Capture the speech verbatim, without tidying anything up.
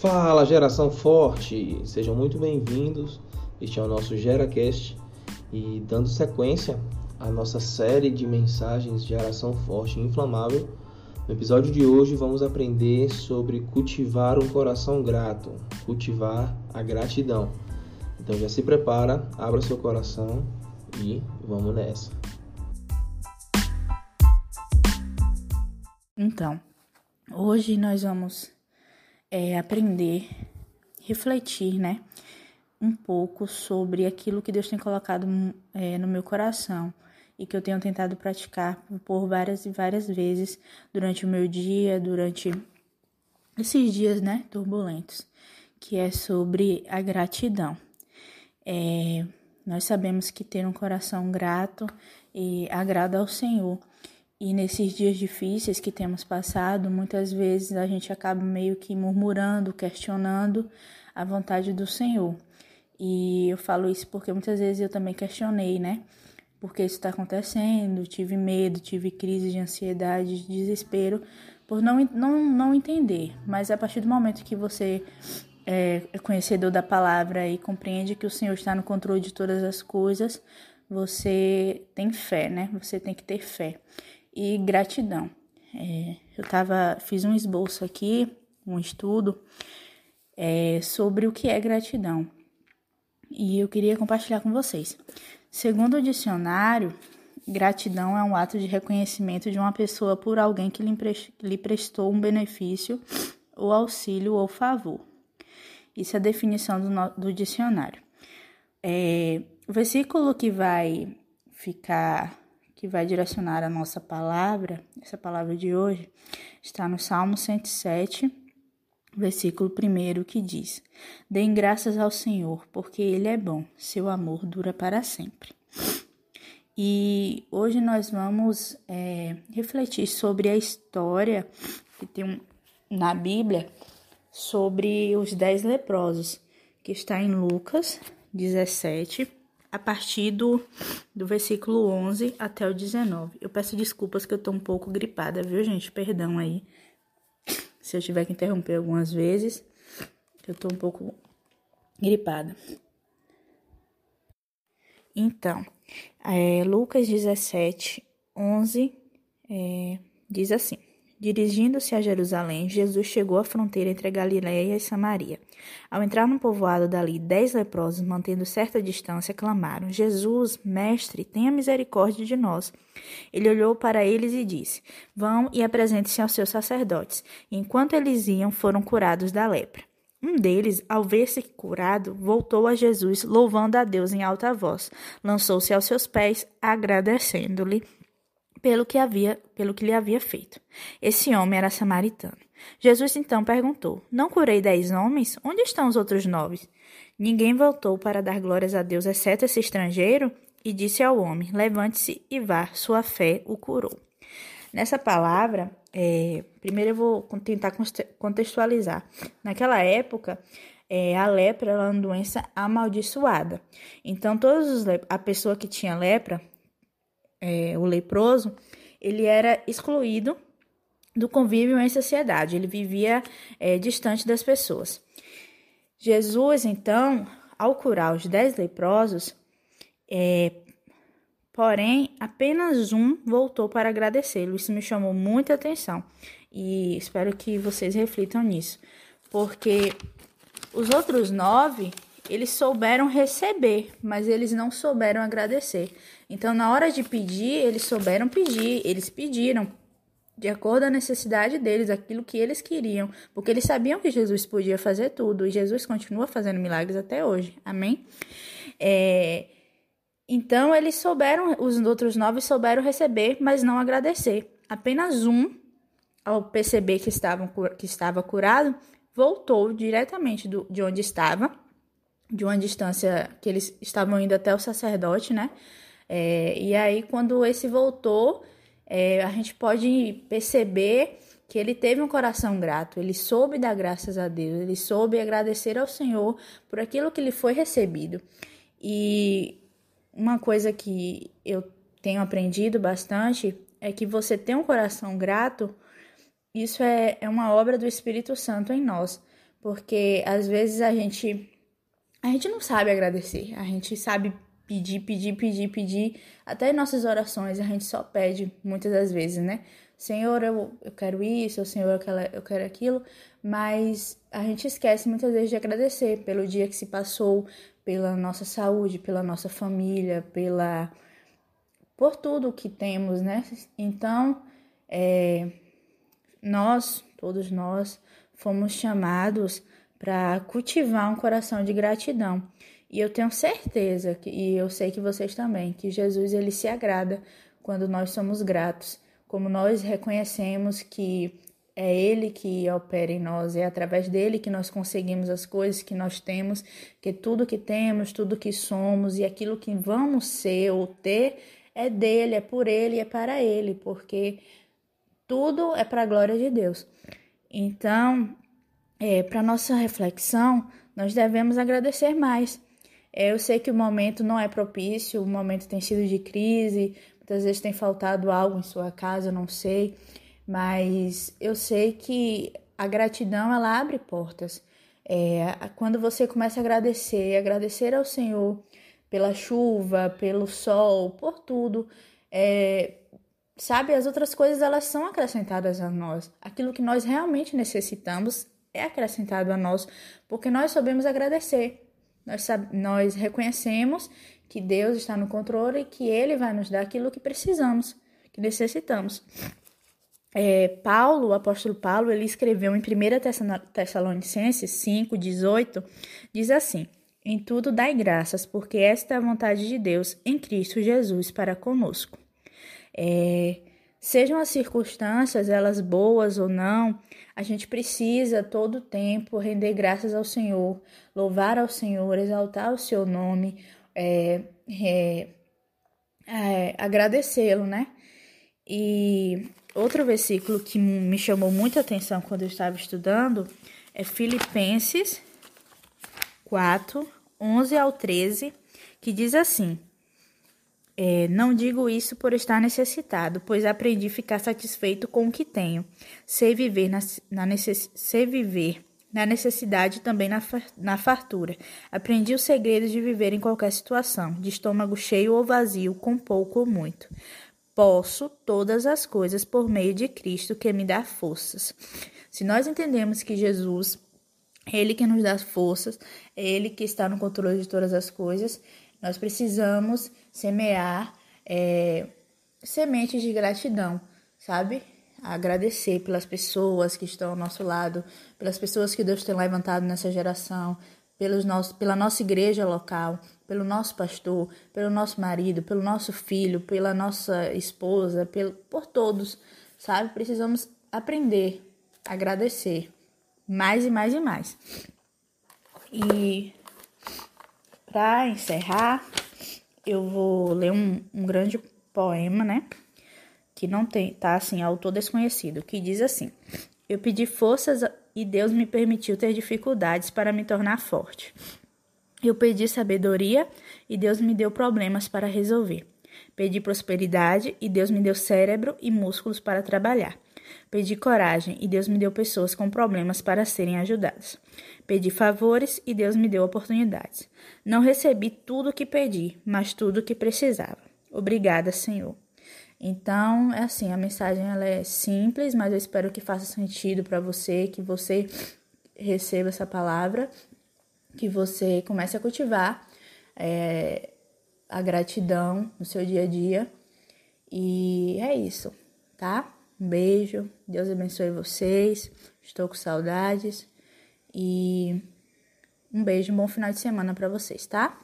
Fala, geração forte! Sejam muito bem-vindos. Este é o nosso GeraCast e dando sequência à nossa série de mensagens Geração Forte e Inflamável. No episódio de hoje vamos aprender sobre cultivar um coração grato, cultivar a gratidão. Então já se prepara, abra seu coração e vamos nessa. Então, hoje nós vamos é, aprender, refletir, né, um pouco sobre aquilo que Deus tem colocado é, no meu coração e que eu tenho tentado praticar por várias e várias vezes durante o meu dia, durante esses dias, né, turbulentos, que é sobre a gratidão. É, nós sabemos que ter um coração grato e agrada ao Senhor. E nesses dias difíceis que temos passado, muitas vezes a gente acaba meio que murmurando, questionando a vontade do Senhor. E eu falo isso porque muitas vezes eu também questionei, né? Porque isso está acontecendo, tive medo, tive crise de ansiedade, de desespero, por não, não, não entender. Mas a partir do momento que você é conhecedor da palavra e compreende que o Senhor está no controle de todas as coisas, você tem fé, né? Você tem que ter fé. E gratidão. É, eu tava, fiz um esboço aqui, um estudo é, sobre o que é gratidão. E eu queria compartilhar com vocês. Segundo o dicionário, gratidão é um ato de reconhecimento de uma pessoa por alguém que lhe prestou um benefício, ou auxílio ou favor. Isso é a definição do, do dicionário. É, o versículo que vai ficar... que vai direcionar a nossa palavra, essa palavra de hoje, está no Salmo cento e sete, versículo primeiro, que diz: Deem graças ao Senhor, porque Ele é bom, seu amor dura para sempre. E hoje nós vamos é, refletir sobre a história que tem na Bíblia sobre os dez leprosos, que está em Lucas dezessete, a partir do, do versículo onze até o dezenove. Eu peço desculpas que eu tô um pouco gripada, viu, gente? Perdão aí se eu tiver que interromper algumas vezes, que eu tô um pouco gripada. Então, é, Lucas dezessete, onze, é, diz assim: Dirigindo-se a Jerusalém, Jesus chegou à fronteira entre a Galiléia e Samaria. Ao entrar num povoado dali, dez leprosos, mantendo certa distância, clamaram: Jesus, mestre, tenha misericórdia de nós. Ele olhou para eles e disse: Vão e apresentem-se aos seus sacerdotes. E enquanto eles iam, foram curados da lepra. Um deles, ao ver-se curado, voltou a Jesus, louvando a Deus em alta voz. Lançou-se aos seus pés, agradecendo-lhe pelo que havia, pelo que lhe havia feito. Esse homem era samaritano. Jesus então perguntou: Não curei dez homens? Onde estão os outros nove? Ninguém voltou para dar glórias a Deus, exceto esse estrangeiro? E disse ao homem: Levante-se e vá, sua fé o curou. Nessa palavra, é, primeiro eu vou tentar contextualizar. Naquela época, é, a lepra era uma doença amaldiçoada. Então, todos os le- a pessoa que tinha lepra, É, o leproso, ele era excluído do convívio em sociedade, ele vivia é, distante das pessoas. Jesus, então, ao curar os dez leprosos, é, porém, apenas um voltou para agradecê-lo. Isso me chamou muita atenção e espero que vocês reflitam nisso, porque os outros nove, eles souberam receber, mas eles não souberam agradecer. Então, na hora de pedir, eles souberam pedir, eles pediram de acordo com a necessidade deles, aquilo que eles queriam, porque eles sabiam que Jesus podia fazer tudo, e Jesus continua fazendo milagres até hoje, amém? É, então, eles souberam, os outros nove souberam receber, mas não agradecer. Apenas um, ao perceber que, estavam, que estava curado, voltou diretamente do, de onde estava, de uma distância que eles estavam indo até o sacerdote, né? É, e aí, quando esse voltou, é, a gente pode perceber que ele teve um coração grato, ele soube dar graças a Deus, ele soube agradecer ao Senhor por aquilo que lhe foi recebido. E uma coisa que eu tenho aprendido bastante é que você ter um coração grato, isso é, é uma obra do Espírito Santo em nós, porque às vezes a gente, a gente não sabe agradecer, a gente sabe pedir, pedir, pedir, pedir, até em nossas orações a gente só pede muitas das vezes, né? Senhor, eu, eu quero isso, ou Senhor, eu quero, eu quero aquilo, mas a gente esquece muitas vezes de agradecer pelo dia que se passou, pela nossa saúde, pela nossa família, pela por tudo que temos, né? Então, é, nós, todos nós, fomos chamados para cultivar um coração de gratidão. E eu tenho certeza, que, e eu sei que vocês também, que Jesus ele se agrada quando nós somos gratos, como nós reconhecemos que é Ele que opera em nós, é através dele que nós conseguimos as coisas que nós temos, que tudo que temos, tudo que somos e aquilo que vamos ser ou ter é dele, é por ele, é para ele, porque tudo é para a glória de Deus. Então, é, para nossa reflexão, nós devemos agradecer mais. É, eu sei que o momento não é propício, o momento tem sido de crise, muitas vezes tem faltado algo em sua casa, eu não sei, mas eu sei que a gratidão, ela abre portas. É, quando você começa a agradecer, agradecer ao Senhor pela chuva, pelo sol, por tudo, é, sabe, as outras coisas elas são acrescentadas a nós. Aquilo que nós realmente necessitamos é acrescentado a nós, porque nós sabemos agradecer. Nós, sab- nós reconhecemos que Deus está no controle e que Ele vai nos dar aquilo que precisamos, que necessitamos. É, Paulo, o apóstolo Paulo, ele escreveu em primeira Tessalonicenses cinco, dezoito, diz assim: em tudo dai graças, porque esta é a vontade de Deus em Cristo Jesus para conosco. É, sejam as circunstâncias, elas boas ou não, a gente precisa todo o tempo render graças ao Senhor, louvar ao Senhor, exaltar o seu nome, é, é, é, agradecê-lo, né? E outro versículo que me chamou muita atenção quando eu estava estudando é Filipenses quatro, onze ao treze, que diz assim: é, não digo isso por estar necessitado, pois aprendi a ficar satisfeito com o que tenho. Sei viver na, na, necess, sei viver na necessidade e também na, na fartura. Aprendi os segredos de viver em qualquer situação, de estômago cheio ou vazio, com pouco ou muito. Posso todas as coisas por meio de Cristo que me dá forças. Se nós entendemos que Jesus, é Ele que nos dá forças, é Ele que está no controle de todas as coisas, nós precisamos semear é, sementes de gratidão, sabe? Agradecer pelas pessoas que estão ao nosso lado, pelas pessoas que Deus tem levantado nessa geração, pelos nossos, pela nossa igreja local, pelo nosso pastor, pelo nosso marido, pelo nosso filho, pela nossa esposa, pelo, por todos, sabe? Precisamos aprender a agradecer mais e mais e mais. E para encerrar, eu vou ler um, um grande poema, né? Que não tem, tá assim, autor desconhecido, que diz assim: eu pedi forças e Deus me permitiu ter dificuldades para me tornar forte. Eu pedi sabedoria e Deus me deu problemas para resolver. Pedi prosperidade e Deus me deu cérebro e músculos para trabalhar. Pedi coragem e Deus me deu pessoas com problemas para serem ajudadas. Pedi favores e Deus me deu oportunidades. Não recebi tudo o que pedi, mas tudo o que precisava. Obrigada, Senhor. Então, é assim, a mensagem ela é simples, mas eu espero que faça sentido para você, que você receba essa palavra, que você comece a cultivar é, a gratidão no seu dia a dia. E é isso, tá? Um beijo, Deus abençoe vocês, estou com saudades e um beijo, um bom final de semana para vocês, tá?